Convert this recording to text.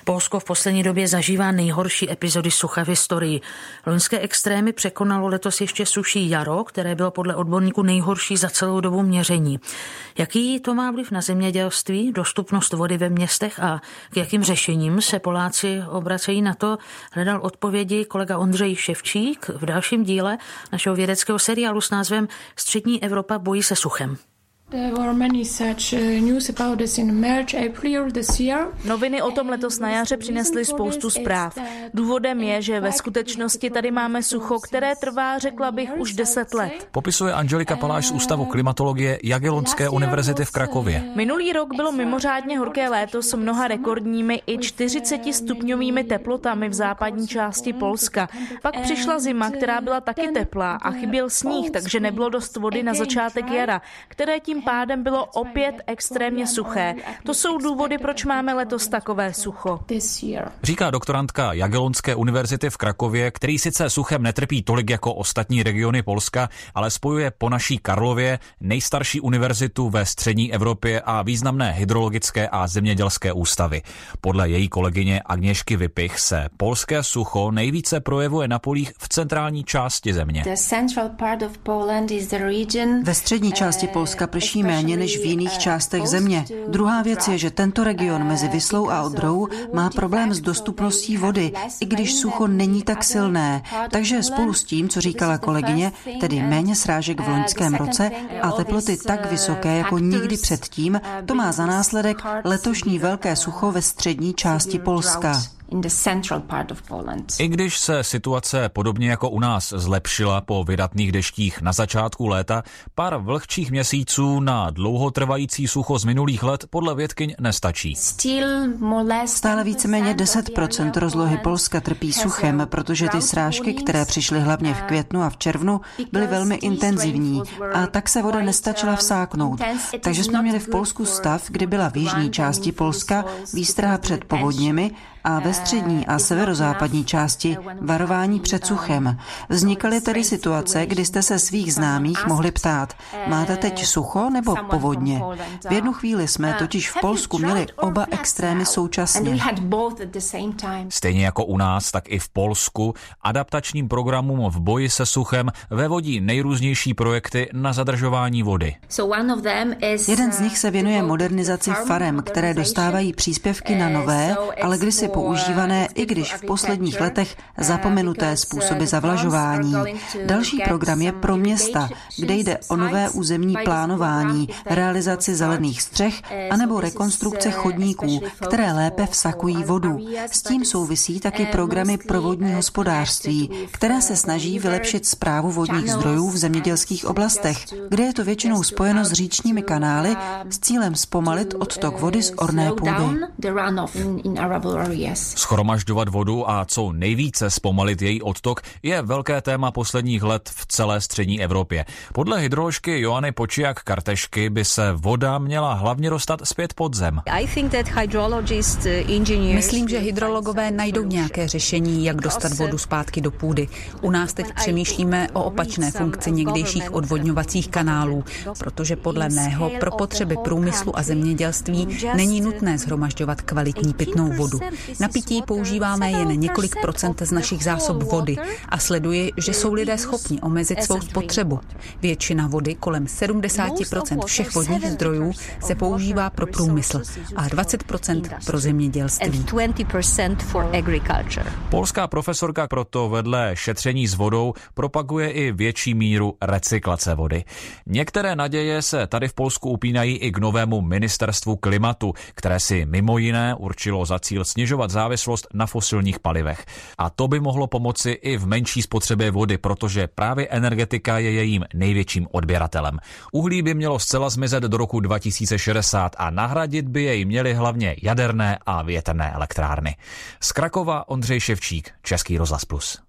Polsko v poslední době zažívá nejhorší epizody sucha v historii. Loňské extrémy překonalo letos ještě suší jaro, které bylo podle odborníků nejhorší za celou dobu měření. Jaký to má vliv na zemědělství, dostupnost vody ve městech a k jakým řešením se Poláci obracejí, na to hledal odpovědi kolega Ondřej Ševčík v dalším díle našeho vědeckého seriálu s názvem Střední Evropa bojí se suchem. Noviny o tom letos na jaře přinesly spoustu zpráv. Důvodem je, že ve skutečnosti tady máme sucho, které trvá, řekla bych, už 10 let. Popisuje Angelika Paláš z Ústavu klimatologie Jagellonské univerzity v Krakově. Minulý rok bylo mimořádně horké léto s mnoha rekordními i 40stupňovými teplotami v západní části Polska. Pak přišla zima, která byla taky teplá a chyběl sníh, takže nebylo dost vody na začátek jara, které tím pádem bylo opět extrémně suché. To jsou důvody, proč máme letos takové sucho. Říká doktorantka Jagellonské univerzity v Krakově, který sice suchem netrpí tolik jako ostatní regiony Polska, ale spojuje po naší Karlově nejstarší univerzitu ve střední Evropě a významné hydrologické a zemědělské ústavy. Podle její kolegyně Agněšky Vypich se polské sucho nejvíce projevuje na polích v centrální části země. Ve střední části Polska prší méně než v jiných částech země. Druhá věc je, že tento region mezi Vislou a Odrou má problém s dostupností vody, i když sucho není tak silné. Takže spolu s tím, co říkala kolegyně, tedy méně srážek v loňském roce a teploty tak vysoké jako nikdy předtím, to má za následek letošní velké sucho ve střední části Polska. I když se situace podobně jako u nás zlepšila po vydatných deštích na začátku léta, pár vlhčích měsíců na dlouhotrvající sucho z minulých let podle vědkyň nestačí. Stále víceméně 10% rozlohy Polska trpí suchem, protože ty srážky, které přišly hlavně v květnu a v červnu, byly velmi intenzivní a tak se voda nestačila vsáknout. Takže jsme měli v Polsku stav, kdy byla v jižní části Polska výstraha před povodněmi a ve střední a severozápadní části varování před suchem. Vznikaly tedy situace, kdy jste se svých známých mohli ptát, máte teď sucho nebo povodně? V jednu chvíli jsme totiž v Polsku měli oba extrémy současně. Stejně jako u nás, tak i v Polsku adaptačním programům v boji se suchem vévodí nejrůznější projekty na zadržování vody. Jeden z nich se věnuje modernizaci farem, které dostávají příspěvky na nové, ale kdysi používané, i když v posledních letech zapomenuté způsoby zavlažování. Další program je pro města, kde jde o nové územní plánování, realizaci zelených střech anebo rekonstrukce chodníků, které lépe vsakují vodu. S tím souvisí taky programy pro vodní hospodářství, které se snaží vylepšit správu vodních zdrojů v zemědělských oblastech, kde je to většinou spojeno s říčními kanály s cílem zpomalit odtok vody z orné půdy. Schromažďovat vodu a co nejvíce zpomalit její odtok je velké téma posledních let v celé střední Evropě. Podle hydroložky Joany Počiak-Kartešky by se voda měla hlavně dostat zpět pod zem. Myslím, že hydrologové najdou nějaké řešení, jak dostat vodu zpátky do půdy. U nás teď přemýšlíme o opačné funkci někdejších odvodňovacích kanálů, protože podle mého pro potřeby průmyslu a zemědělství není nutné shromažďovat kvalitní pitnou vodu. Na pití používáme jen několik procent z našich zásob vody a sleduji, že jsou lidé schopni omezit svou spotřebu. Většina vody, kolem 70% všech vodních zdrojů, se používá pro průmysl a 20% pro zemědělství. Polská profesorka proto vedle šetření s vodou propaguje i větší míru recyklace vody. Některé naděje se tady v Polsku upínají i k novému ministerstvu klimatu, které si mimo jiné určilo za cíl snižovat závislost na fosilních palivech. A to by mohlo pomoci i v menší spotřebě vody, protože právě energetika je jejím největším odběratelem. Uhlí by mělo zcela zmizet do roku 2060 a nahradit by jej měly hlavně jaderné a větrné elektrárny. Z Krakova Ondřej Ševčík, Český rozhlas Plus.